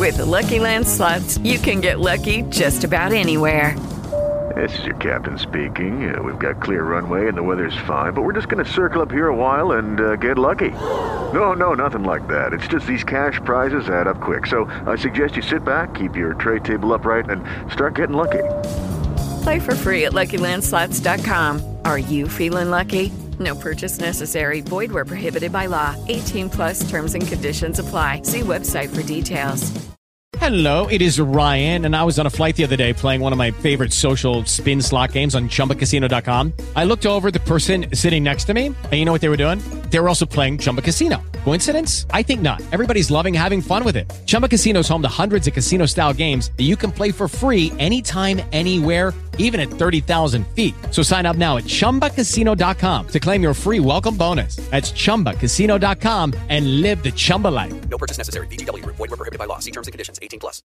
With the Lucky Land Slots, you can get lucky just about anywhere. This is your captain speaking. We've got clear runway and the weather's fine, but we're just going to circle up here a while and get lucky. No, nothing like that. It's just these cash prizes add up quick. So I suggest you sit back, keep your tray table upright, and start getting lucky. Play for free at LuckyLandSlots.com. Are you feeling lucky? No purchase necessary. Void where prohibited by law. 18 plus terms and conditions apply. See website for details. Hello, it is Ryan, and I was on a flight the other day playing one of my favorite social spin slot games on ChumbaCasino.com. I looked over at the person sitting next to me, and you know what they were doing? They were also playing Chumba Casino. Coincidence? I think not. Everybody's loving having fun with it. Chumba Casino is home to hundreds of casino-style games that you can play for free anytime, anywhere, even at 30,000 feet. So sign up now at ChumbaCasino.com to claim your free welcome bonus. That's ChumbaCasino.com and live the Chumba life. No purchase necessary. VGW. Void where prohibited by law. See terms and conditions. 18 plus.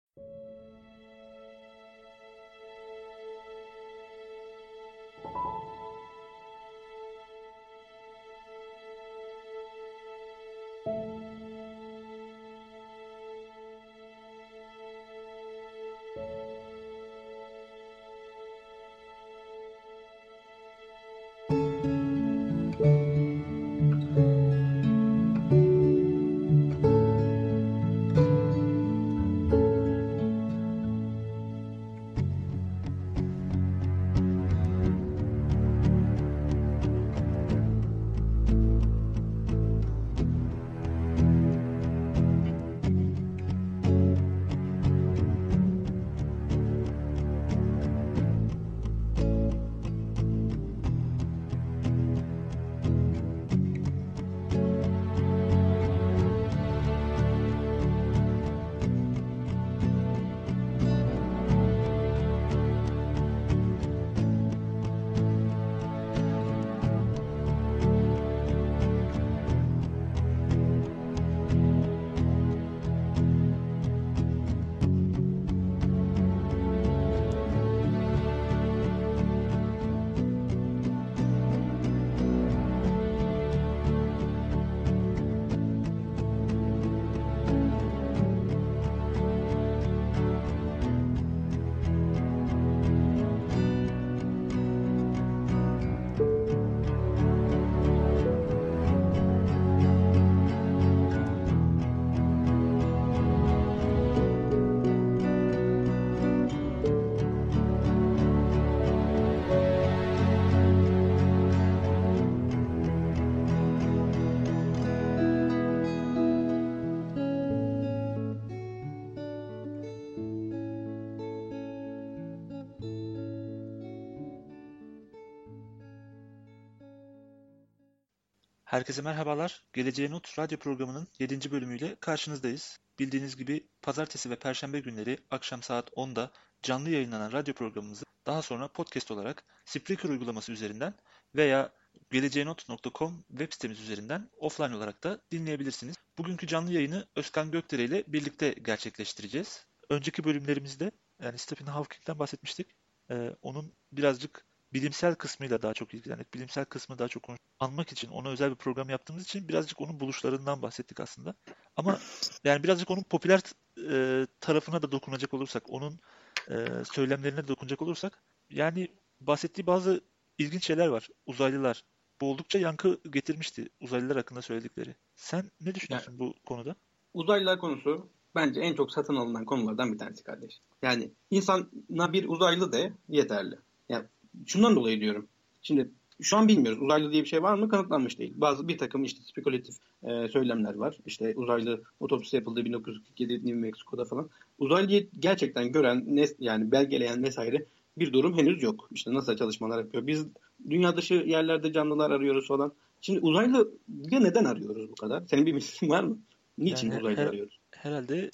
Herkese merhabalar. Geleceğe Not radyo programının 7. bölümüyle karşınızdayız. Bildiğiniz gibi pazartesi ve perşembe günleri akşam saat 10'da canlı yayınlanan radyo programımızı daha sonra podcast olarak Spreaker uygulaması üzerinden veya geleceğenot.com web sitemiz üzerinden offline olarak da dinleyebilirsiniz. Bugünkü canlı yayını Özkan Gökdere ile birlikte gerçekleştireceğiz. Önceki bölümlerimizde yani Stephen Hawking'den bahsetmiştik. Onun birazcık bilimsel kısmıyla daha çok ilgilendik. Bilimsel kısmı daha çok anmak için ona özel bir program yaptığımız için birazcık onun buluşlarından bahsettik aslında. Ama yani birazcık onun popüler tarafına da dokunacak olursak, onun söylemlerine de dokunacak olursak, yani bahsettiği bazı ilginç şeyler var. Uzaylılar. Bu oldukça yankı getirmişti uzaylılar hakkında söyledikleri. Sen ne düşünüyorsun bu konuda? Uzaylılar konusu bence en çok satın alınan konulardan bir tanesi kardeş. Yani insana bir uzaylı de yeterli. Yani şundan dolayı diyorum. Şimdi şu an bilmiyoruz. Uzaylı diye bir şey var mı? Kanıtlanmış değil. Bir takım işte spekülatif söylemler var. İşte uzaylı otopsisi yapıldığı 1947 New Mexico'da falan. Uzaylıyı gerçekten gören, yani belgeleyen vesaire bir durum henüz yok. İşte NASA çalışmalar yapıyor. Biz dünya dışı yerlerde canlılar arıyoruz falan. Şimdi uzaylıyı neden arıyoruz bu kadar? Senin bir bilgin var mı? Niçin Yani uzaylı arıyoruz? Herhalde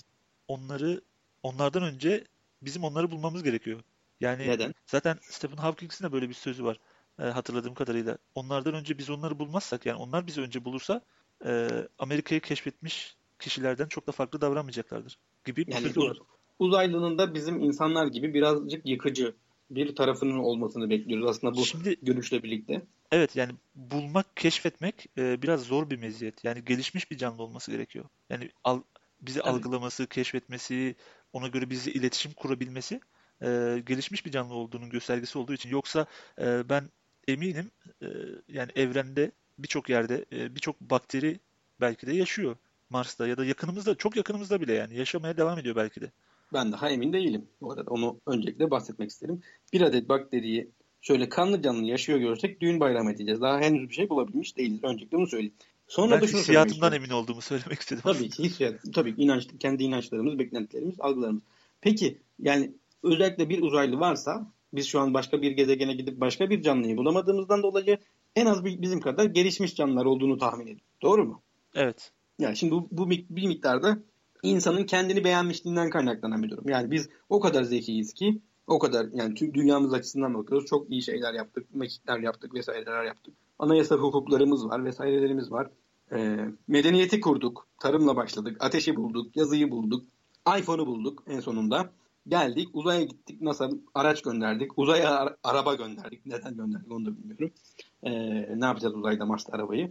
onlardan önce bizim onları bulmamız gerekiyor. Yani Neden? zaten Stephen Hawking'in de böyle bir sözü var hatırladığım kadarıyla. Onlardan önce biz onları bulmazsak, yani onlar bizi önce bulursa Amerika'yı keşfetmiş kişilerden çok da farklı davranmayacaklardır gibi bir sözü var. Uzaylının da bizim insanlar gibi birazcık yıkıcı bir tarafının olmasını bekliyoruz aslında bu görüşle birlikte. Evet, yani bulmak, keşfetmek biraz zor bir meziyet. Yani gelişmiş bir canlı olması gerekiyor. Yani bizi Tabii. algılaması, keşfetmesi, ona göre bizi iletişim kurabilmesi gelişmiş bir canlı olduğunun göstergesi olduğu için. Yoksa ben eminim yani evrende birçok yerde birçok bakteri belki de yaşıyor. Mars'ta ya da yakınımızda, çok yakınımızda bile yani yaşamaya devam ediyor belki de. Ben daha emin değilim. Bu arada onu öncelikle bahsetmek isterim. Bir adet bakteriyi şöyle kanlı canlı yaşıyor görsek düğün bayram edeceğiz. Daha henüz bir şey bulabilmiş değiliz. Öncelikle bunu söyleyeyim. Sonra Ben da şunu söylemek hissiyatımdan istiyorum. emin olduğumu söylemek istedim Tabii aslında. ki hissiyat, tabii ki inanç, kendi inançlarımız, beklentilerimiz, algılarımız. Peki yani özellikle bir uzaylı varsa biz şu an başka bir gezegene gidip başka bir canlıyı bulamadığımızdan dolayı en az bizim kadar gelişmiş canlılar olduğunu tahmin ediyoruz. Doğru mu? Evet. Yani şimdi bu bir miktarda insanın kendini beğenmişliğinden kaynaklanan bir durum. Yani biz o kadar zekiyiz ki o kadar yani tüm dünyamız açısından bakıyoruz. Çok iyi şeyler yaptık, mekikler yaptık vesaireler yaptık. Anayasa hukuklarımız var vesairelerimiz var. Medeniyeti kurduk. Tarımla başladık. Ateşi bulduk. Yazıyı bulduk. iPhone'u bulduk en sonunda. Geldik. Uzaya gittik. NASA araç gönderdik. Uzaya araba gönderdik. Neden gönderdik onu da bilmiyorum. Ne yapacağız uzayda Mars'ta arabayı?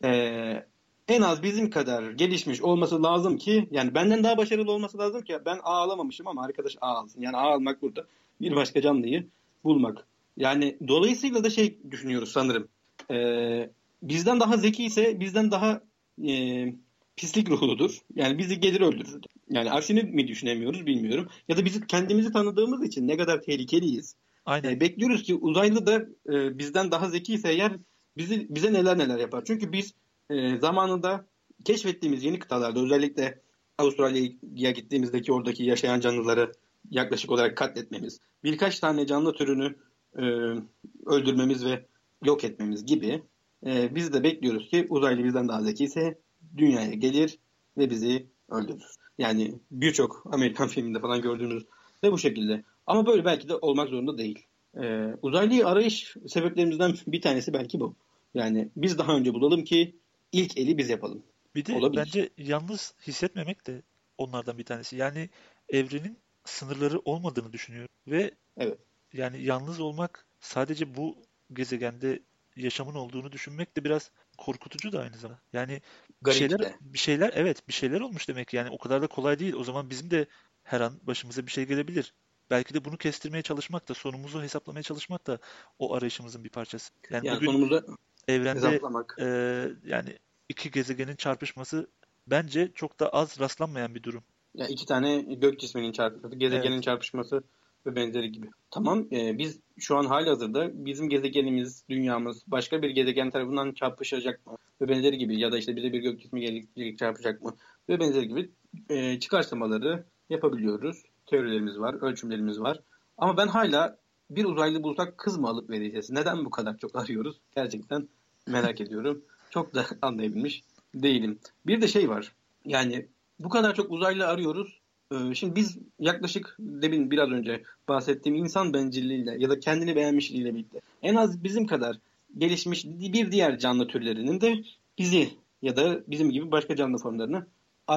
En az bizim kadar gelişmiş olması lazım ki yani benden daha başarılı olması lazım ki ben ağ alamamışım ama arkadaş ağ alsın. Yani ağ almak burada bir başka canlıyı bulmak. Yani dolayısıyla da şey düşünüyoruz sanırım. Bizden daha zeki ise bizden daha pislik ruhludur. Yani bizi gelir öldürür. Yani aksini mi düşünemiyoruz bilmiyorum. Ya da biz kendimizi tanıdığımız için ne kadar tehlikeliyiz. Aynen. Bekliyoruz ki uzaylı da bizden daha zeki ise eğer bize neler yapar. Çünkü biz zamanında keşfettiğimiz yeni kıtalarda özellikle Avustralya'ya gittiğimizdeki oradaki yaşayan canlıları yaklaşık olarak katletmemiz, birkaç tane canlı türünü öldürmemiz ve yok etmemiz gibi biz de bekliyoruz ki uzaylı bizden daha zeki ise dünyaya gelir ve bizi öldürür. Yani birçok Amerikan filminde falan gördüğümüz de bu şekilde. Ama böyle belki de olmak zorunda değil. Uzaylıyı arayış sebeplerimizden bir tanesi belki bu. Yani biz daha önce bulalım ki ilk eli biz yapalım. Bir de Olabilir. bence yalnız hissetmemek de onlardan bir tanesi. Yani evrenin sınırları olmadığını düşünüyorum ve Evet. yani yalnız olmak sadece bu gezegende yaşamın olduğunu düşünmek de biraz korkutucu da aynı zamanda. Yani Garip de. bir şeyler evet bir şeyler olmuş demek ki. Yani o kadar da kolay değil. O zaman bizim de her an başımıza bir şey gelebilir. Belki de bunu kestirmeye çalışmak da sonumuzu hesaplamaya çalışmak da o arayışımızın bir parçası. Yani Yani bugün sonumuzu evrende hesaplamak. yani iki gezegenin çarpışması bence çok da az rastlanmayan bir durum. Yani iki tane gök cisminin çarpışması, gezegenin Evet. çarpışması ve benzeri gibi. Tamam, biz şu an halihazırda bizim gezegenimiz, dünyamız başka bir gezegen tarafından çarpışacak mı ve benzeri gibi ya da işte bize bir gök cismi gelecek çarpacak mı ve benzeri gibi çıkarsamaları yapabiliyoruz. Teorilerimiz var, ölçümlerimiz var. Ama ben hala bir uzaylı bulsak kız mı alıp vereceğiz? Neden bu kadar çok arıyoruz? Gerçekten merak ediyorum. Çok da anlayabilmiş değilim. Bir de şey var. Yani bu kadar çok uzaylı arıyoruz. Şimdi biz yaklaşık demin biraz önce bahsettiğim insan bencilliğiyle ya da kendini beğenmişliğiyle birlikte en az bizim kadar gelişmiş bir diğer canlı türlerinin de bizi ya da bizim gibi başka canlı formlarını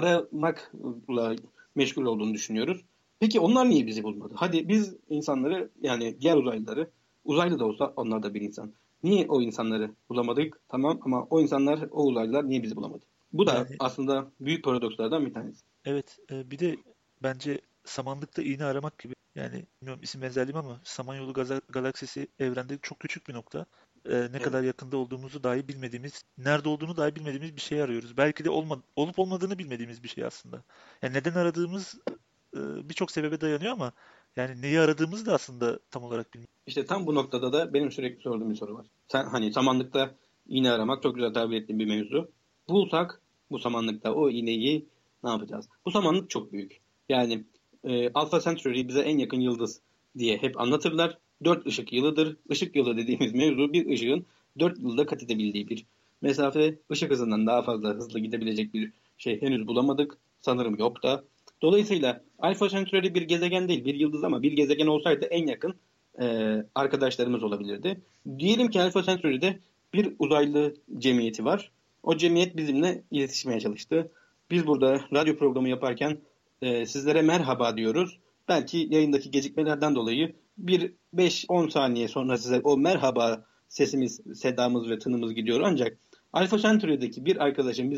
aramakla meşgul olduğunu düşünüyoruz. Peki onlar niye bizi bulmadı? Hadi biz insanları yani diğer uzaylıları uzaylı da olsa onlar da bir insan. Niye o insanları bulamadık? Tamam ama o insanlar, o uzaylılar niye bizi bulamadı? Bu da Yani aslında büyük paradokslardan bir tanesi. evet bir de bence samanlıkta iğne aramak gibi yani bilmiyorum isim benzerliğim ama Samanyolu galaksisi evrende çok küçük bir nokta. Ne kadar yakında olduğumuzu dahi bilmediğimiz, nerede olduğunu dahi bilmediğimiz bir şey arıyoruz. Belki de olup olmadığını bilmediğimiz bir şey aslında. Yani neden aradığımız birçok sebebe dayanıyor ama yani neyi aradığımızı da aslında tam olarak bilmiyoruz. İşte tam bu noktada da benim sürekli sorduğum bir soru var. Sen hani samanlıkta iğne aramak çok güzel tabir ettiğin bir mevzu. Bulsak bu samanlıkta o iğneyi ne yapacağız? Bu samanlık çok büyük. Yani Alpha Centauri bize en yakın yıldız diye hep anlatırlar. 4 ışık yılıdır. Işık yılı dediğimiz mevzu bir ışığın 4 yılda kat edebildiği bir mesafe. Işık hızından daha fazla hızlı gidebilecek bir şey henüz bulamadık. Sanırım yok da. Dolayısıyla Alpha Centauri bir gezegen değil, bir yıldız ama bir gezegen olsaydı en yakın arkadaşlarımız olabilirdi. Diyelim ki Alpha Centauri'de bir uzaylı cemiyeti var. O cemiyet bizimle iletişmeye çalıştı. Biz burada radyo programı yaparken sizlere merhaba diyoruz. Belki yayındaki gecikmelerden dolayı bir 5-10 saniye sonra size o merhaba sesimiz, sedamız ve tınımız gidiyor. Ancak Alpha Centauri'deki bir arkadaşım bize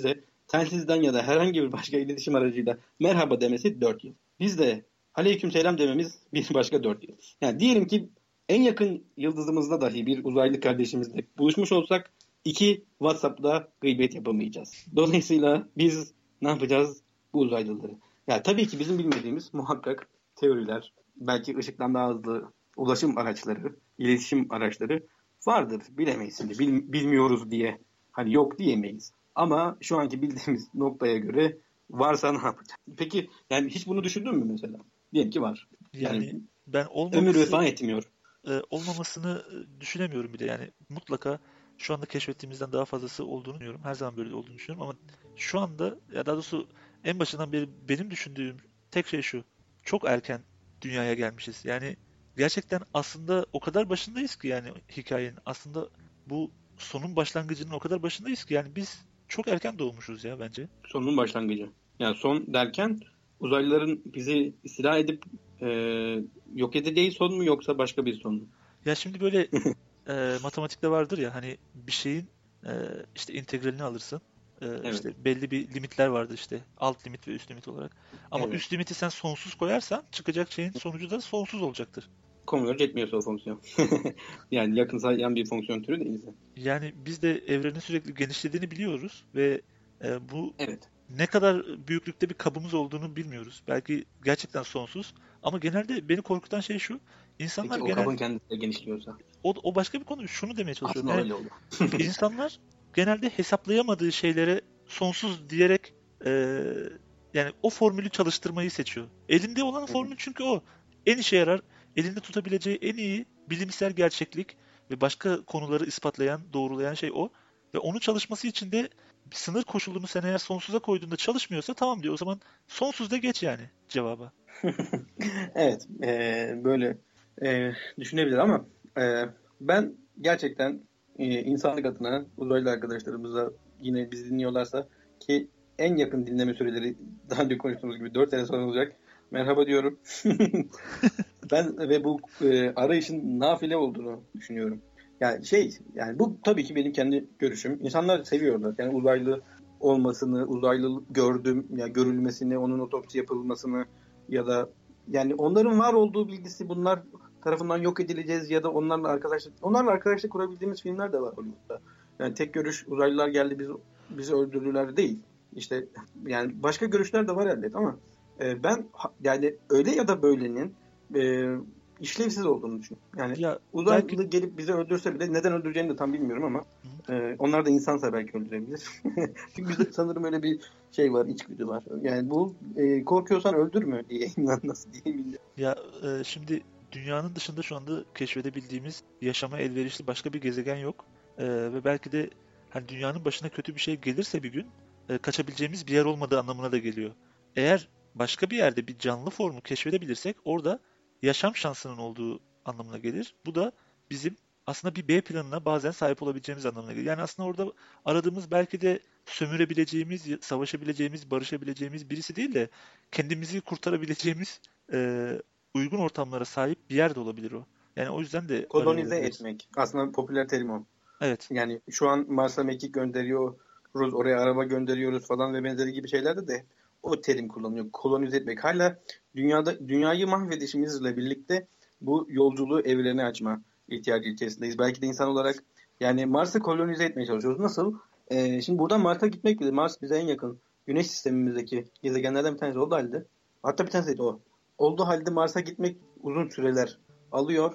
telsizden ya da herhangi bir başka iletişim aracıyla merhaba demesi 4 yıl. Biz de aleykümselam dememiz bir başka 4 yıl. Yani diyelim ki en yakın yıldızımızda dahi bir uzaylı kardeşimizle buluşmuş olsak 2 WhatsApp'ta gıybet yapamayacağız. Dolayısıyla biz ne yapacağız bu uzaylıları? Ya tabii ki bizim bilmediğimiz muhakkak teoriler, belki ışıktan daha hızlı ulaşım araçları, iletişim araçları vardır. Bilemeyiz şimdi. Bilmiyoruz diye hani yok diyemeyiz. Ama şu anki bildiğimiz noktaya göre varsa ne yapacağız? Peki yani hiç bunu düşündün mü mesela? Diyelim ki var. Yani ben ömür vefa etmiyor. Olmamasını düşünemiyorum bile. Yani mutlaka şu anda keşfettiğimizden daha fazlası olduğunu düşünüyorum. Her zaman böyle olduğunu düşünüyorum ama şu anda, ya daha doğrusu en başından beri benim düşündüğüm tek şey şu: çok erken dünyaya gelmişiz. Yani gerçekten aslında o kadar başındayız ki, yani hikayenin aslında bu sonun başlangıcının o kadar başındayız ki, yani biz çok erken doğmuşuz ya bence. Sonun başlangıcı. Yani son derken uzaylıların bizi istila edip yok edeceği son mu yoksa başka bir son mu? Ya şimdi böyle matematikte vardır ya, hani bir şeyin işte integralini alırsın. Evet. İşte belli bir limitler vardır, işte alt limit ve üst limit olarak. Ama Evet. üst limiti sen sonsuz koyarsan çıkacak şeyin sonucu da sonsuz olacaktır. Konverge etmiyorsa o fonksiyon. Yani yakın sayan bir fonksiyon türü değilse. Yani biz de evrenin sürekli genişlediğini biliyoruz ve bu Evet. ne kadar büyüklükte bir kabımız olduğunu bilmiyoruz. Belki gerçekten sonsuz. Ama genelde beni korkutan şey şu: İnsanlar Peki o kabın kendisi de genişliyorsa? o başka bir konu. Şunu demeye çalışıyorum. Aslında Yani öyle olur. İnsanlar genelde hesaplayamadığı şeylere sonsuz diyerek yani o formülü çalıştırmayı seçiyor. Elinde olan formül çünkü o. En işe yarar, elinde tutabileceği en iyi bilimsel gerçeklik ve başka konuları ispatlayan, doğrulayan şey o. Ve onu çalışması için de bir sınır koşulunu sen eğer sonsuza koyduğunda çalışmıyorsa tamam diyor. O zaman sonsuzda geç yani cevaba. Evet. Böyle düşünebilir ama ben gerçekten insanlık adına uzaylı arkadaşlarımıza, yine bizi dinliyorlarsa, ki en yakın dinleme süreleri daha önce konuştuğumuz gibi 4 sene sonra olacak. Merhaba diyorum. Ben ve bu arayışın nafile olduğunu düşünüyorum. Yani bu tabii ki benim kendi görüşüm. İnsanlar seviyorlar. Yani uzaylı olmasını, uzaylı gördüm, yani görülmesini, onun otopsi yapılmasını ya da yani onların var olduğu bilgisi, bunlar tarafından yok edileceğiz ya da onlarla arkadaşlık kurabildiğimiz filmler de var Hollywood'da. Yani tek görüş uzaylılar geldi bizi öldürdüler değil. İşte yani başka görüşler de var elbette ama ben yani öyle ya da böylenin işlevsiz olduğunu düşünüyorum. Yani Ya uzaylı belki gelip bizi öldürse bile neden öldüreceğini de tam bilmiyorum ama onlar da insansa belki öldürebilir. Çünkü bizde sanırım öyle bir şey var, içgüdü var. Yani bu korkuyorsan öldürme diye nasıl diye bilmiyorum. Ya şimdi dünyanın dışında şu anda keşfedebildiğimiz yaşama elverişli başka bir gezegen yok. Ve belki de hani dünyanın başına kötü bir şey gelirse bir gün kaçabileceğimiz bir yer olmadığı anlamına da geliyor. Eğer başka bir yerde bir canlı formu keşfedebilirsek orada yaşam şansının olduğu anlamına gelir. Bu da bizim aslında bir B planına bazen sahip olabileceğimiz anlamına gelir. Yani aslında orada aradığımız belki de sömürebileceğimiz, savaşabileceğimiz, barışabileceğimiz birisi değil de kendimizi kurtarabileceğimiz uygun ortamlara sahip bir yer de olabilir o. Yani o yüzden de Kolonize arayabiliriz. etmek. Aslında popüler terim o. Evet. Yani şu an Mars'a mekik gönderiyoruz, oraya araba gönderiyoruz falan ve benzeri gibi şeylerde de o terim kullanılıyor. Kolonize etmek. Hala dünyayı mahvedişimizle birlikte bu yolculuğu evrene açma ihtiyacı içerisindeyiz. Belki de insan olarak yani Mars'ı kolonize etmeye çalışıyoruz. Nasıl? Şimdi buradan Mars'a gitmek bile, Mars bize en yakın Güneş sistemimizdeki gezegenlerden bir tanesi olduğu halde, hatta bir tanesi o. Olduğu halde Mars'a gitmek uzun süreler alıyor.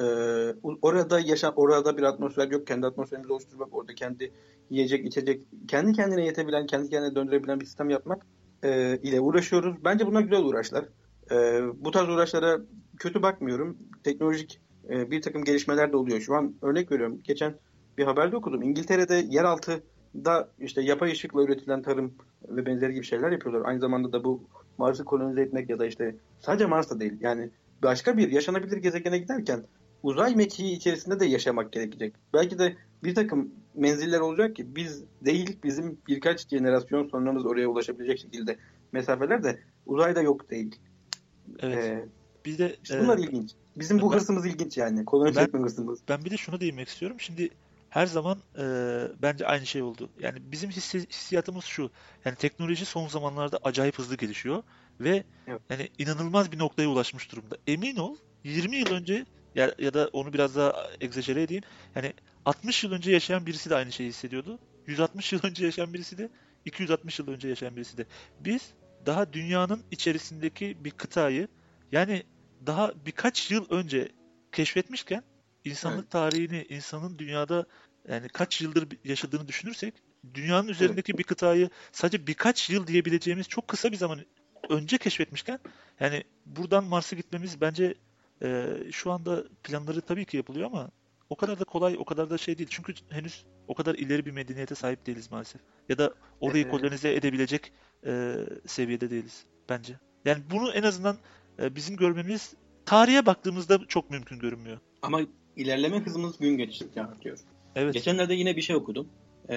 Orada bir atmosfer yok. Kendi atmosferimizi oluşturmak, orada kendi yiyecek, içecek, kendi kendine yetebilen, kendi kendine döndürebilen bir sistem yapmak ile uğraşıyoruz. Bence bunlar güzel uğraşlar. Bu tarz uğraşlara kötü bakmıyorum. Teknolojik bir takım gelişmeler de oluyor. Şu an örnek veriyorum. Geçen bir haberde okudum. İngiltere'de yeraltıda işte yapay ışıkla üretilen tarım ve benzeri gibi şeyler yapıyorlar. Aynı zamanda da bu Mars'ı kolonize etmek ya da işte sadece Mars'ta değil. Yani başka bir yaşanabilir gezegene giderken uzay mekiği içerisinde de yaşamak gerekecek. Belki de bir takım menziller olacak ki biz değil, bizim birkaç jenerasyon sonramız oraya ulaşabilecek şekilde mesafeler de uzayda yok değil. Evet. Bir de İşte bunlar ilginç. Bizim bu hırsımız ilginç yani. Kolonize etme hırsımız. Ben bir de şunu değinmek istiyorum. Şimdi her zaman bence aynı şey oldu. Yani bizim hissiyatımız şu. Yani teknoloji son zamanlarda acayip hızlı gelişiyor ve Evet. yani inanılmaz bir noktaya ulaşmış durumda. Emin ol 20 yıl önce ya da onu biraz daha egzajere edeyim. Yani 60 yıl önce yaşayan birisi de aynı şeyi hissediyordu. 160 yıl önce yaşayan birisi de 260 yıl önce yaşayan birisi de. Biz daha dünyanın içerisindeki bir kıtayı yani daha birkaç yıl önce keşfetmişken insanlık Evet. tarihini, insanın dünyada yani kaç yıldır yaşadığını düşünürsek dünyanın Evet. üzerindeki bir kıtayı sadece birkaç yıl diyebileceğimiz çok kısa bir zaman önce keşfetmişken yani buradan Mars'a gitmemiz bence şu anda planları tabii ki yapılıyor ama o kadar da kolay, o kadar da şey değil. Çünkü henüz o kadar ileri bir medeniyete sahip değiliz maalesef. Ya da orayı Ee, kolonize edebilecek seviyede değiliz bence. Yani bunu en azından bizim görmemiz tarihe baktığımızda çok mümkün görünmüyor. Ama ilerleme hızımız gün geçtikçe artıyor. Evet. Geçenlerde yine bir şey okudum.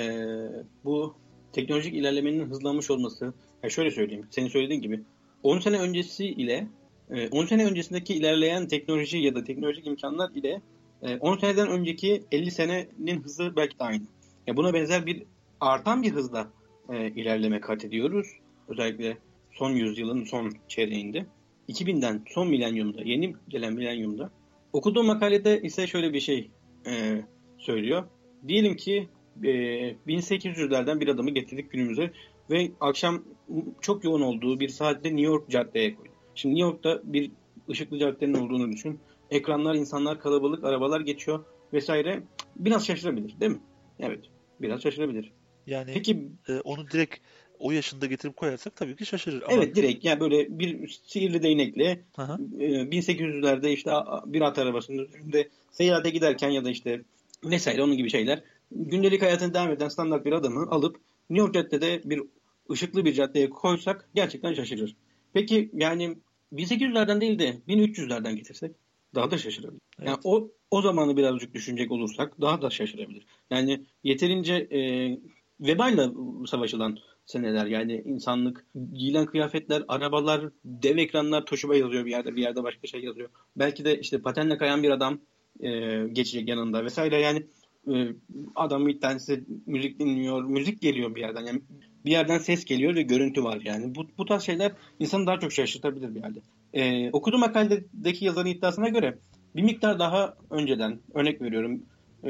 Bu teknolojik ilerlemenin hızlanmış olması, şöyle söyleyeyim, senin söylediğin gibi 10 sene öncesi ile 10 sene öncesindeki ilerleyen teknoloji ya da teknolojik imkanlar ile 10 seneden önceki 50 senenin hızı belki de aynı. Buna benzer bir artan bir hızla ilerleme kat ediyoruz. Özellikle son yüzyılın son çeyreğinde. 2000'den son milenyumda, yeni gelen milenyumda. Okuduğum makalede ise şöyle bir şey söylüyor. Diyelim ki 1800'lerden bir adamı getirdik günümüze ve akşam çok yoğun olduğu bir saatte New York caddeye koyduk. Şimdi New York'ta bir ışıklı caddenin olduğunu düşün. Ekranlar, insanlar kalabalık, arabalar geçiyor vesaire. Biraz şaşırabilir, değil mi? Evet, biraz şaşırabilir. Yani Peki onu direkt o yaşında getirip koyarsak tabii ki şaşırır ama evet, direkt yani böyle bir sihirli değnekle Aha. 1800'lerde işte bir at arabasının üzerinde seyahate giderken ya da işte vesaire onun gibi şeyler gündelik hayatına devam eden standart bir adamı alıp New York caddede bir ışıklı bir caddeye koysak gerçekten şaşırır. Peki yani 1800'lerden değil de 1300'lerden getirsek daha da şaşırabilir. Yani Evet. o zamanı birazcık düşünecek olursak daha da şaşırabilir. Yani yeterince vebayla savaşılan seneler, yani insanlık, giyilen kıyafetler, arabalar, dev ekranlar, Toshiba yazıyor bir yerde başka şey yazıyor. Belki de işte patenle kayan bir adam geçecek yanında vesaire, yani adam bir tanesi müzik dinliyor, müzik geliyor bir yerden, yani bir yerden ses geliyor ve görüntü var yani. Bu tarz şeyler insanı daha çok şaşırtabilir bir yerde. Okuduğum makaledeki yazarın iddiasına göre bir miktar daha önceden, örnek veriyorum,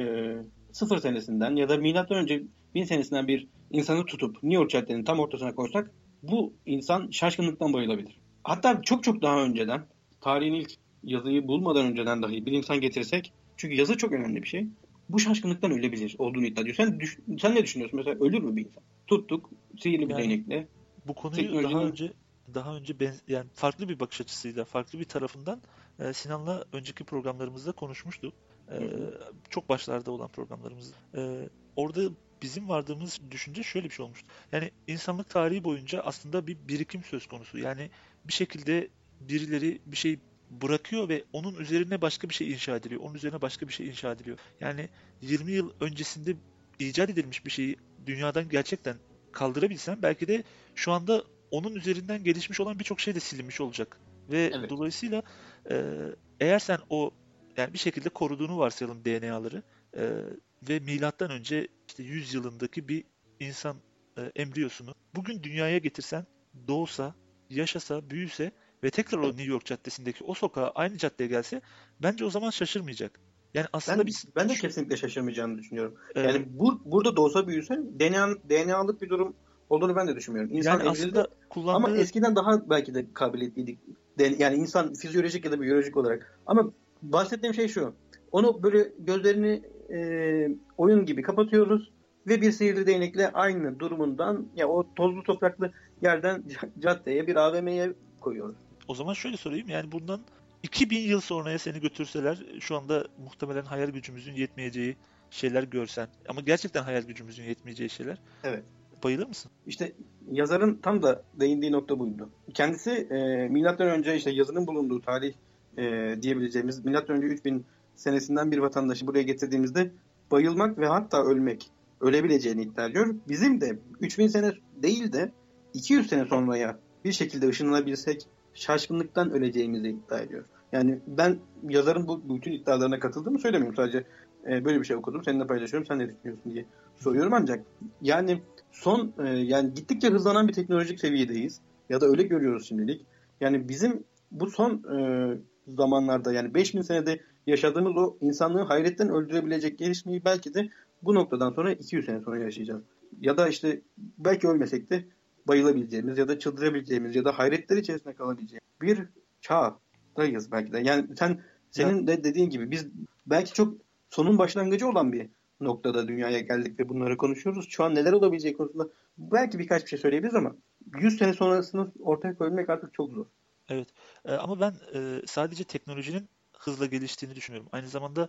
0 senesinden ya da milattan önce 1000 senesinden bir insanı tutup New York caddenin tam ortasına koysak bu insan şaşkınlıktan bayılabilir. Hatta çok çok daha önceden, tarihin ilk yazıyı bulmadan önceden dahi bir insan getirsek, çünkü yazı çok önemli bir şey, bu şaşkınlıktan ölebilir olduğunu iddia ediyor. Sen ne düşünüyorsun? Mesela ölür mü bir insan? Tuttuk sihirli bir Yani değnekle. bu konuyu Teknolojinin daha önce yani farklı bir bakış açısıyla, farklı bir tarafından Sinan'la önceki programlarımızda konuşmuştuk. Çok başlarda olan programlarımızda. Orada bizim vardığımız düşünce şöyle bir şey olmuştu. Yani insanlık tarihi boyunca aslında bir birikim söz konusu. Yani bir şekilde birileri bir şey bırakıyor ve onun üzerine başka bir şey inşa ediliyor. Onun üzerine başka bir şey inşa ediliyor. Yani 20 yıl öncesinde icat edilmiş bir şeyi dünyadan gerçekten kaldırabilsem belki de şu anda onun üzerinden gelişmiş olan birçok şey de silinmiş olacak. Ve evet. dolayısıyla eğer sen o yani bir şekilde koruduğunu varsayalım DNA'ları ve milattan önce işte 100 yılındaki bir insan embriyosunu bugün dünyaya getirsen, doğsa, yaşasa, büyüse ve tekrar o New York caddesindeki o sokağa aynı caddeye gelse bence o zaman şaşırmayacak. Yani aslında biz Ben de kesinlikle şaşırmayacağını düşünüyorum. e, Yani burada doğsa büyüse DNA'lık bir durum olduğunu ben de düşünmüyorum. İnsan yani evrildi aslında ama kullandığı eskiden daha belki de kabiliyetliydik. Yani insan fizyolojik ya da biyolojik olarak. Ama bahsettiğim şey şu. Onu böyle gözlerini oyun gibi kapatıyoruz ve bir sihirli değnekle aynı durumundan, ya o tozlu topraklı yerden caddeye, bir AVM'ye koyuyoruz. O zaman şöyle sorayım, yani bundan 2000 yıl sonraya seni götürseler şu anda muhtemelen hayal gücümüzün yetmeyeceği şeyler görsen ama gerçekten hayal gücümüzün yetmeyeceği şeyler Evet. bayılır mısın? İşte yazarın tam da değindiği nokta buydu. Kendisi milattan önce işte yazının bulunduğu tarih diyebileceğimiz milattan önce 3000 senesinden bir vatandaşı buraya getirdiğimizde bayılmak ve hatta ölebileceğini iddia ediyor. Bizim de 3000 sene değil de 200 sene sonraya bir şekilde ışınlanabilsek şaşkınlıktan öleceğimizi iddia ediyor. Yani ben yazarın bu bütün iddialarına katıldığımı söylemiyorum. Sadece böyle bir şey okudum. Seninle paylaşıyorum. Sen ne düşünüyorsun diye soruyorum ancak yani yani gittikçe hızlanan bir teknolojik seviyedeyiz. Ya da öyle görüyoruz şimdilik. Yani bizim bu son zamanlarda yani 5000 senede yaşadığımız o insanlığı hayretten öldürebilecek gelişmeyi belki de bu noktadan sonra 200 sene sonra yaşayacağız. Ya da işte belki ölmesek de bayılabileceğimiz ya da çıldırabileceğimiz ya da hayretler içerisinde kalabileceğimiz bir çağdayız belki de. Yani senin de dediğin gibi biz belki çok sonun başlangıcı olan bir noktada dünyaya geldik ve bunları konuşuyoruz. Şu an neler olabileceği konusunda belki birkaç bir şey söyleyebiliriz ama 100 sene sonrasını ortaya koymak artık çok zor. Evet. Ama ben sadece teknolojinin hızla geliştiğini düşünüyorum. Aynı zamanda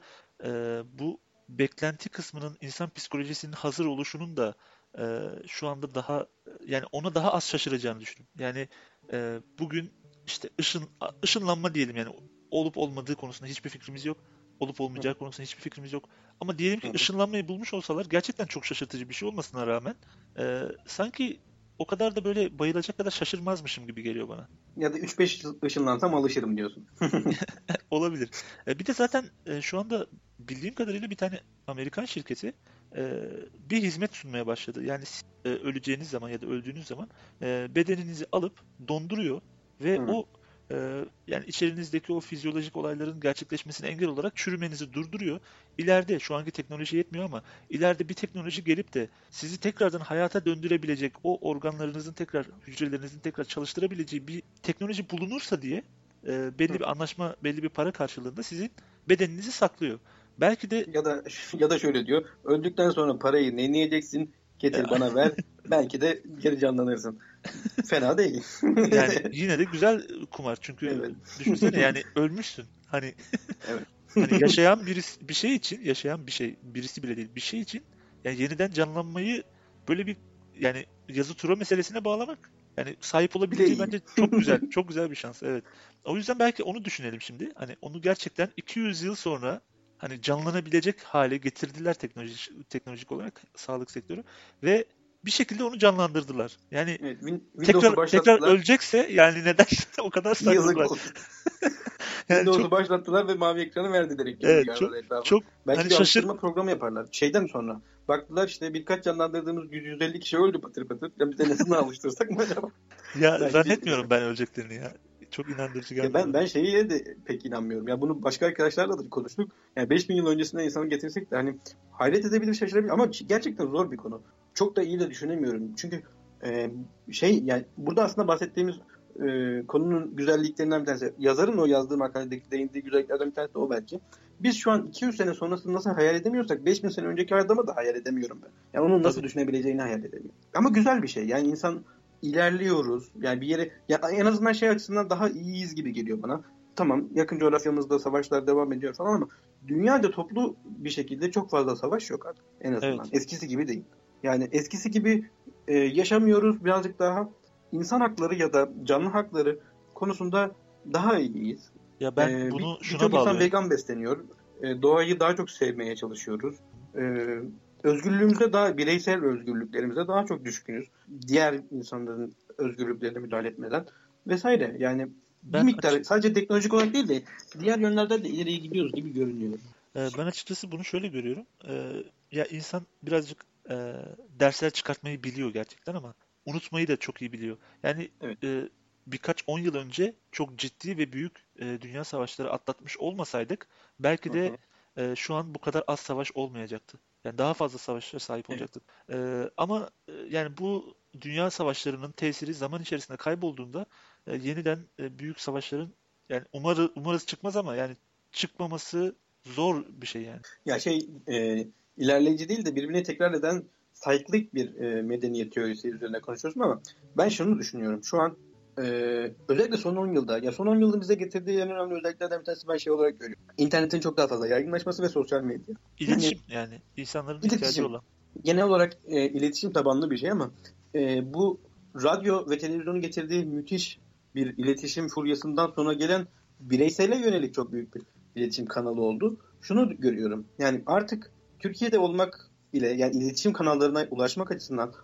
bu beklenti kısmının insan psikolojisinin hazır oluşunun da şu anda daha yani ona daha az şaşıracağını düşünüyorum. Yani bugün işte ışınlanma diyelim yani olup olmadığı konusunda hiçbir fikrimiz yok. Olup olmayacağı konusunda hiçbir fikrimiz yok. Ama diyelim ki ışınlanmayı bulmuş olsalar gerçekten çok şaşırtıcı bir şey olmasına rağmen sanki o kadar da böyle bayılacak kadar şaşırmazmışım gibi geliyor bana. Ya da 3-5 yıl ışınlansam alışırım diyorsun. Olabilir. Bir de zaten şu anda bildiğim kadarıyla bir tane Amerikan şirketi bir hizmet sunmaya başladı. Yani öleceğiniz zaman ya da öldüğünüz zaman bedeninizi alıp donduruyor ve o yani içerinizdeki o fizyolojik olayların gerçekleşmesine engel olarak çürümenizi durduruyor. İleride şu anki teknoloji yetmiyor ama ileride bir teknoloji gelip de sizi tekrardan hayata döndürebilecek o organlarınızın tekrar hücrelerinizin tekrar çalıştırabileceği bir teknoloji bulunursa diye belli bir anlaşma, belli bir para karşılığında sizin bedeninizi saklıyor. Belki de ya da şöyle diyor. Öldükten sonra parayı ne yiyeceksin? Getir bana ver. Belki de geri canlanırsın. Fena değil. yani yine de güzel kumar çünkü düşünsene yani ölmüşsün. Hani hani yaşayan bir şey için yaşayan birisi bile değil bir şey için yani yeniden canlanmayı böyle bir yani yazı tura meselesine bağlamak yani sahip olabileceği bence çok güzel çok güzel bir şans evet. O yüzden belki onu düşünelim şimdi. Hani onu gerçekten 200 yıl sonra hani canlanabilecek hale getirdiler teknolojik olarak sağlık sektörü ve bir şekilde onu canlandırdılar. Yani tekrar ölecekse yani neden o kadar sakladılar? Yani Windows'u başlattılar ve mavi ekranı verdiler. Evet, çok belki bir araştırma programı yaparlar. Şeyden sonra baktılar işte birkaç canlandırdığımız 150 kişi öldü patır patır. Ya biz de nesini alıştırsak mı acaba? Ya zannetmiyorum ben öleceklerini ya. Çok inandırıcı geldi. Ben şeye de pek inanmıyorum. Ya bunu başka arkadaşlarla da konuştuk. Yani 5000 yıl öncesinden insanı getirsek de hani hayret edebilir, şaşırabilir ama gerçekten zor bir konu. Çok da iyi de düşünemiyorum. Çünkü yani burada aslında bahsettiğimiz konunun güzelliklerinden bir tanesi. Yazarın o yazdığı makaledeki değindiği güzelliklerden bir tanesi de o belki. Biz şu an 200 sene sonrasını nasıl hayal edemiyorsak 5000 sene önceki adamı da hayal edemiyorum ben. Yani onun nasıl düşünebileceğini hayal edemiyorum. Ama güzel bir şey. Yani insan ilerliyoruz. Yani bir yere ya en azından şey açısından daha iyiyiz gibi geliyor bana. Tamam yakın coğrafyamızda savaşlar devam ediyor falan ama dünyada toplu bir şekilde çok fazla savaş yok artık. En azından. Evet. Eskisi gibi değil. Yani eskisi gibi yaşamıyoruz. Birazcık daha insan hakları ya da canlı hakları konusunda daha iyiyiz. Ya ben bunu şuna bağlıyorum. Birçok insan vegan besleniyor. Doğayı daha çok sevmeye çalışıyoruz. Özgürlüğümüze bireysel özgürlüklerimize daha çok düşkünüz. Diğer insanların özgürlüklerine müdahale etmeden vesaire. Yani bir miktar sadece teknolojik olarak değil de diğer yönlerden de ileriye gidiyoruz gibi görünüyor. Ben açıkçası bunu şöyle görüyorum. Ya insan birazcık dersler çıkartmayı biliyor gerçekten ama unutmayı da çok iyi biliyor. Yani birkaç 10 yıl önce çok ciddi ve büyük dünya savaşları atlatmış olmasaydık belki de şu an bu kadar az savaş olmayacaktı. Yani daha fazla savaşlara sahip olacaktık. Ama yani bu dünya savaşlarının tesiri zaman içerisinde kaybolduğunda yeniden büyük savaşların yani umarız çıkmaz ama yani çıkmaması zor bir şey yani. Ya ilerleyici değil de birbirini tekrar eden sayklik bir medeniyet teorisi üzerine konuşuyoruz ama ben şunu düşünüyorum. Şu an özellikle son 10 yılda ya son 10 yılın bize getirdiği en önemli özelliklerden bir tanesi ben şey olarak görüyorum. İnternetin çok daha fazla yaygınlaşması ve sosyal medya. İletişim yani insanların ihtiyacı olan. Genel olarak iletişim tabanlı bir şey ama bu radyo ve televizyonun getirdiği müthiş bir iletişim furyasından sonra gelen bireysele yönelik çok büyük bir iletişim kanalı oldu. Şunu görüyorum. Yani artık Türkiye'de olmak ile yani iletişim kanallarına ulaşmak açısından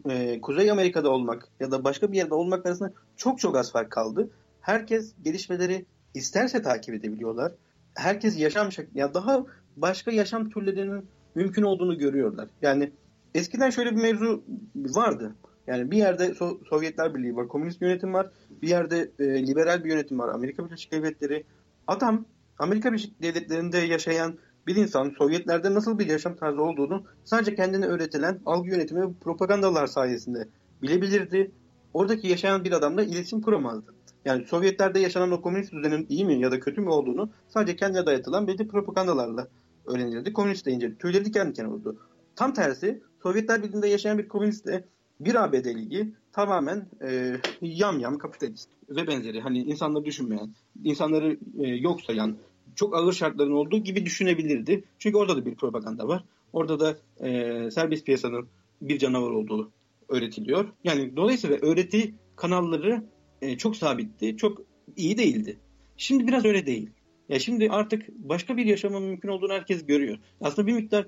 Kuzey Amerika'da olmak ya da başka bir yerde olmak arasında çok çok az fark kaldı. Herkes gelişmeleri isterse takip edebiliyorlar. Herkes yaşam şekli ya daha başka yaşam türlerinin mümkün olduğunu görüyorlar. Yani eskiden şöyle bir mevzu vardı. Yani bir yerde Sovyetler Birliği var, komünist yönetim var. Bir yerde liberal bir yönetim var, Amerika Birleşik Devletleri. Adam Amerika Birleşik Devletleri'nde yaşayan bir insan Sovyetlerde nasıl bir yaşam tarzı olduğunu sadece kendine öğretilen algı yönetimi ve propagandalar sayesinde bilebilirdi. Oradaki yaşayan bir adamla iletişim kuramazdı. Yani Sovyetlerde yaşanan o komünist düzenin iyi mi ya da kötü mü olduğunu sadece kendine dayatılan belli propagandalarla öğrenilirdi. Komünist deyince tüyleri diken diken olurdu. Tam tersi Sovyetler Birliği'nde yaşayan bir komünistle bir ABD'li tamamen yamyam kapitalist ve benzeri. Hani insanları düşünmeyen, insanları yok sayan, çok ağır şartların olduğu gibi düşünebilirdi. Çünkü orada da bir propaganda var. Orada da serbest piyasanın bir canavar olduğu öğretiliyor. Yani dolayısıyla öğreti kanalları çok sabitti, çok iyi değildi. Şimdi biraz öyle değil. Ya şimdi artık başka bir yaşamın mümkün olduğunu herkes görüyor. Aslında bir miktar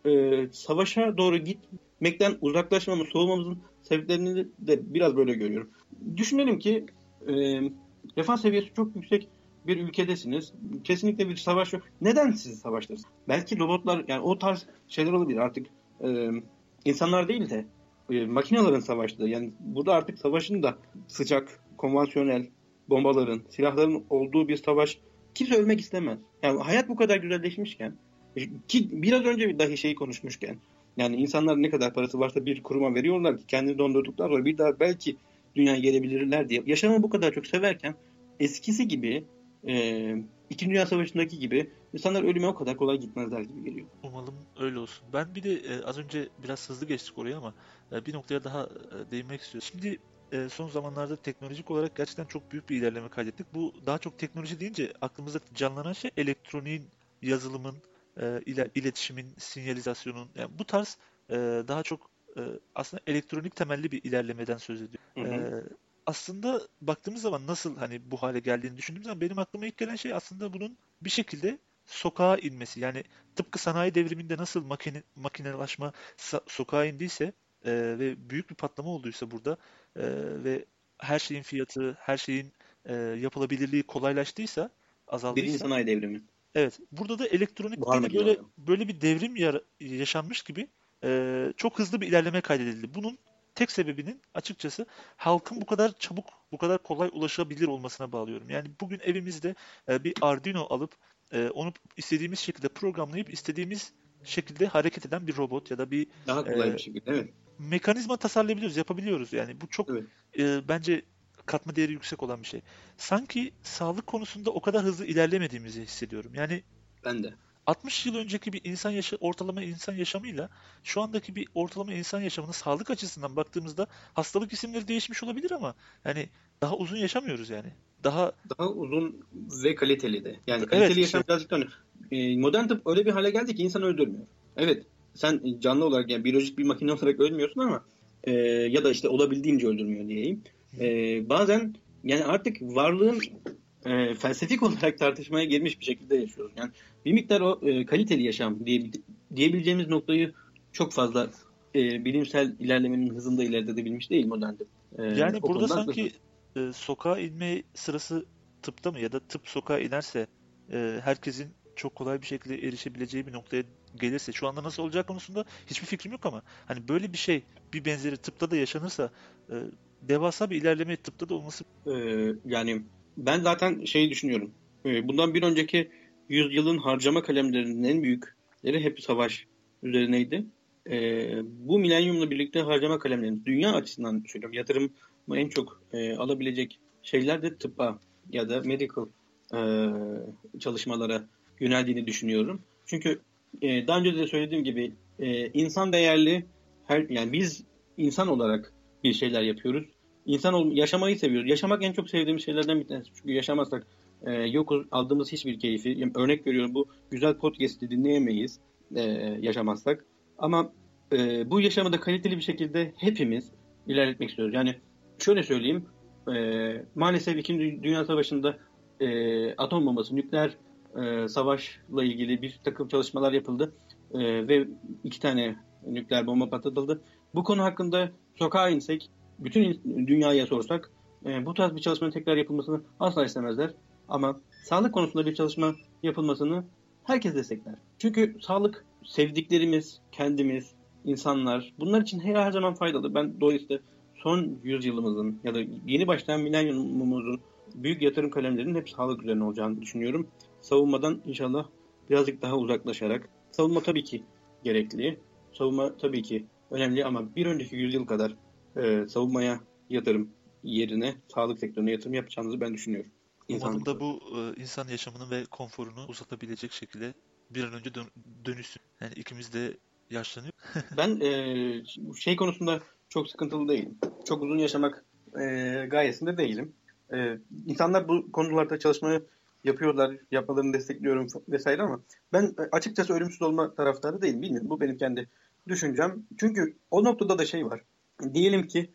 savaşa doğru gitmekten uzaklaşmamız, soğumamızın sebeplerini de biraz böyle görüyorum. Düşünelim ki refah seviyesi çok yüksek bir ülkedesiniz. Kesinlikle bir savaş yok. Neden siz savaştasınız? Belki robotlar, yani o tarz şeyler olabilir. Artık insanlar değil de makinelerin savaştığı. Yani burada artık savaşın da sıcak, konvansiyonel bombaların, silahların olduğu bir savaş. Kimse ölmek istemez. Yani hayat bu kadar güzelleşmişken, ki biraz önce dahi şeyi konuşmuşken, yani insanlar ne kadar parası varsa bir kuruma veriyorlar ki kendini dondurduktan sonra bir daha belki dünyaya gelebilirler diye. Yaşamı bu kadar çok severken eskisi gibi İkinci Dünya Savaşı'ndaki gibi insanlar ölüme o kadar kolay gitmezler gibi geliyor. Umalım öyle olsun. Ben bir de az önce biraz hızlı geçtik oraya ama bir noktaya daha değinmek istiyorum. Şimdi son zamanlarda teknolojik olarak gerçekten çok büyük bir ilerleme kaydettik. Bu daha çok teknoloji deyince aklımızda canlanan şey elektroniğin, yazılımın, iletişimin, sinyalizasyonun, yani bu tarz daha çok aslında elektronik temelli bir ilerlemeden söz ediyor. Hı hı. Aslında baktığımız zaman nasıl hani bu hale geldiğini düşündüğüm zaman benim aklıma ilk gelen şey aslında bunun bir şekilde sokağa inmesi. Yani tıpkı sanayi devriminde nasıl makinelaşma sokağa indiyse ve büyük bir patlama olduysa burada ve her şeyin fiyatı, her şeyin yapılabilirliği kolaylaştıysa, Birinci azaldıysa, sanayi devrimi. evet, burada da elektronikte Buhar de böyle makineleri. bir devrim yaşanmış gibi çok hızlı bir ilerleme kaydedildi. Bunun tek sebebinin açıkçası halkın bu kadar çabuk, bu kadar kolay ulaşabilir olmasına bağlıyorum. Yani bugün evimizde bir Arduino alıp onu istediğimiz şekilde programlayıp istediğimiz şekilde hareket eden bir robot ya da bir Daha kolay bir şekilde. Evet. mekanizma tasarlayabiliyoruz, yapabiliyoruz. Yani bu çok Evet. bence katma değeri yüksek olan bir şey. Sanki sağlık konusunda o kadar hızlı ilerlemediğimizi hissediyorum. Yani Ben de. 60 yıl önceki bir ortalama insan yaşamıyla şu andaki bir ortalama insan yaşamının sağlık açısından baktığımızda hastalık isimleri değişmiş olabilir ama yani daha uzun yaşamıyoruz yani. Daha uzun ve kaliteli de. Yani Evet kaliteli işte yaşam birazcık da modern tıp öyle bir hale geldi ki insanı öldürmüyor. Evet. Sen canlı olarak, yani biyolojik bir makine olarak ölmüyorsun ama ya da işte olabildiğince öldürmüyor diyeyim. Bazen yani artık varlığın felsefik olarak tartışmaya girmiş bir şekilde yaşıyoruz. Yani bir miktar o kaliteli yaşam diyebileceğimiz noktayı çok fazla bilimsel ilerlemenin hızında ilerletebilmiş değil modern tıp. yani O burada konuda haklısın. sanki sokağa inme sırası tıpta mı ya da tıp sokağa inerse herkesin çok kolay bir şekilde erişebileceği bir noktaya gelirse şu anda nasıl olacak konusunda hiçbir fikrim yok ama hani böyle bir şey, bir benzeri tıpta da yaşanırsa devasa bir ilerleme tıpta da olması. Yani ben zaten şeyi düşünüyorum. Bundan bir önceki yüzyılın harcama kalemlerinin en büyükleri hep savaş üzerineydi. Bu milenyumla birlikte harcama kalemlerinin dünya açısından söylüyorum. Yatırımı en çok alabilecek şeyler de tıbba ya da medical çalışmalara yöneldiğini düşünüyorum. Çünkü daha önce de söylediğim gibi insan değerli, yani biz insan olarak bir şeyler yapıyoruz. Yaşamayı seviyoruz. Yaşamak en çok sevdiğimiz şeylerden bir tanesi. Çünkü yaşamazsak yokuz, aldığımız hiçbir keyfi. Yani örnek veriyorum, bu güzel podcast'i dinleyemeyiz yaşamazsak. Ama bu yaşamı da kaliteli bir şekilde hepimiz ilerletmek istiyoruz. Yani şöyle söyleyeyim. Maalesef İkinci Dünya Savaşı'nda atom bombası, nükleer savaşla ilgili bir takım çalışmalar yapıldı. Ve 2 tane nükleer bomba patlatıldı. Bu konu hakkında sokağa insek, bütün dünyaya sorsak bu tarz bir çalışmanın tekrar yapılmasını asla istemezler. Ama sağlık konusunda bir çalışma yapılmasını herkes destekler. Çünkü sağlık sevdiklerimiz, kendimiz, insanlar bunlar için her zaman faydalı. Ben dolayısıyla son yüzyılımızın ya da yeni başlayan milenyumumuzun büyük yatırım kalemlerinin hep sağlık üzerine olacağını düşünüyorum. Savunmadan inşallah birazcık daha uzaklaşarak. Savunma tabii ki gerekli. Savunma tabii ki önemli ama bir önceki yüzyıl kadar savunmaya yatırım yerine sağlık sektörüne yatırım yapacağımızı ben düşünüyorum. Umarım da bu insan yaşamını ve konforunu uzatabilecek şekilde bir an önce dönüşsün. Yani ikimiz de yaşlanıyor. Ben şey konusunda çok sıkıntılı değilim. Çok uzun yaşamak gayesinde değilim. İnsanlar bu konularda çalışmayı yapıyorlar, yapmalarını destekliyorum vesaire ama ben açıkçası ölümsüz olma taraftarı değilim. Bilmiyorum. Bu benim kendi düşüncem. Çünkü o noktada da şey var. Diyelim ki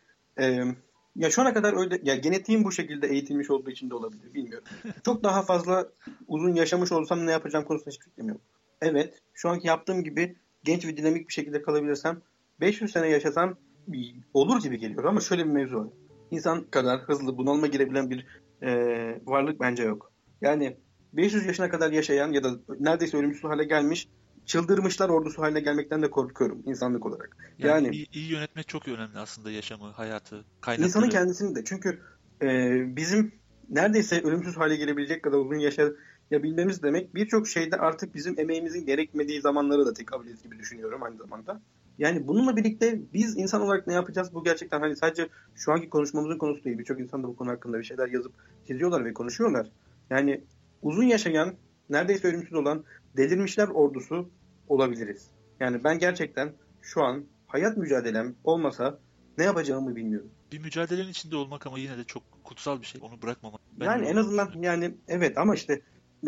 ya şu ana kadar öyle ya genetiğim bu şekilde eğitilmiş olduğu için de olabilir. Bilmiyorum. Çok daha fazla uzun yaşamış olsam ne yapacağım konusunda hiçbir fikrim yok. Evet, şu anki yaptığım gibi genç ve dinamik bir şekilde kalabilirsem 500 sene yaşasam olur gibi geliyor ama şöyle bir mevzu var. İnsan kadar hızlı bunalıma girebilen bir varlık bence yok. Yani 500 yaşına kadar yaşayan ya da neredeyse ölümsüz hale gelmiş çıldırmışlar ordusu haline gelmekten de korkuyorum insanlık olarak. Yani iyi yönetmek çok önemli aslında yaşamı, hayatı, kaynakları. İnsanın kendisini de. Çünkü bizim neredeyse ölümsüz hale gelebilecek kadar uzun yaşayabilmemiz demek birçok şeyde artık bizim emeğimizin gerekmediği zamanları da tekabül ediyor gibi düşünüyorum aynı zamanda. Yani bununla birlikte biz insan olarak ne yapacağız? Bu gerçekten hani sadece şu anki konuşmamızın konusu değil. Birçok insan da bu konu hakkında bir şeyler yazıp çiziyorlar ve konuşuyorlar. Yani uzun yaşayan, neredeyse ölümsüz olan delirmişler ordusu olabiliriz. Yani ben gerçekten şu an hayat mücadelem olmasa ne yapacağımı bilmiyorum. Bir mücadelenin içinde olmak ama yine de çok kutsal bir şey. Onu bırakmamak. Yani en azından yani evet ama işte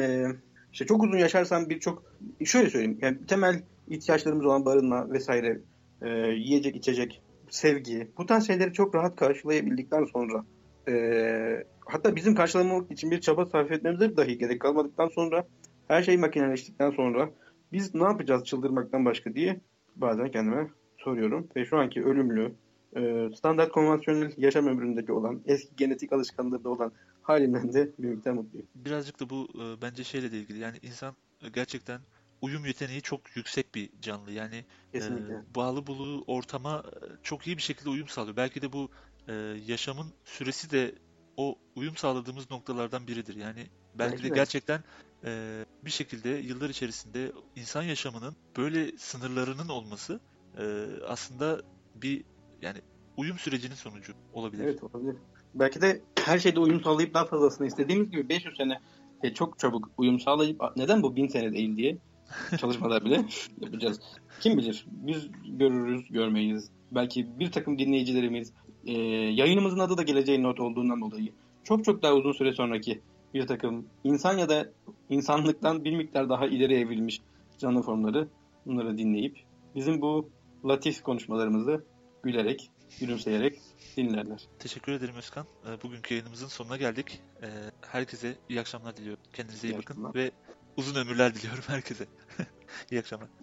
çok uzun yaşarsan şöyle söyleyeyim. Yani temel ihtiyaçlarımız olan barınma vesaire, yiyecek, içecek, sevgi bu tarz şeyleri çok rahat karşılayabildikten sonra hatta bizim karşılamak için bir çaba sarf etmemize dahi gerek kalmadıktan sonra her şey makineleştikten sonra biz ne yapacağız çıldırmaktan başka diye bazen kendime soruyorum ve şu anki ölümlü standart konvansiyonel yaşam ömründeki olan eski genetik alışkanlıkları olan halimden de bir miktar mutluyum. Birazcık da bu bence şeyle de ilgili. Yani insan gerçekten uyum yeteneği çok yüksek bir canlı. Yani bağlı bulunduğu ortama çok iyi bir şekilde uyum sağlıyor. Belki de bu yaşamın süresi de o uyum sağladığımız noktalardan biridir. Yani belki de gerçekten bir şekilde yıllar içerisinde insan yaşamının böyle sınırlarının olması aslında bir yani uyum sürecinin sonucu olabilir. Evet olabilir. Belki de her şeyde uyum sağlayıp daha fazlasını istediğimiz gibi 500 sene çok çabuk uyum sağlayıp neden bu 1000 sene değil diye çalışmalar bile yapacağız. Kim bilir? Biz görürüz, görmeyiz. Belki bir takım dinleyicilerimiz yayınımızın adı da Geleceğin Not olduğundan dolayı çok daha uzun süre sonraki bir takım insan ya da insanlıktan bir miktar daha ileri evrilmiş canlı formları bunları dinleyip bizim bu latif konuşmalarımızı gülerek, gülümseyerek dinlerler. Teşekkür ederim Özkan. Bugünkü yayınımızın sonuna geldik. Herkese iyi akşamlar diliyorum. Kendinize iyi bakın ve uzun ömürler diliyorum herkese. İyi akşamlar.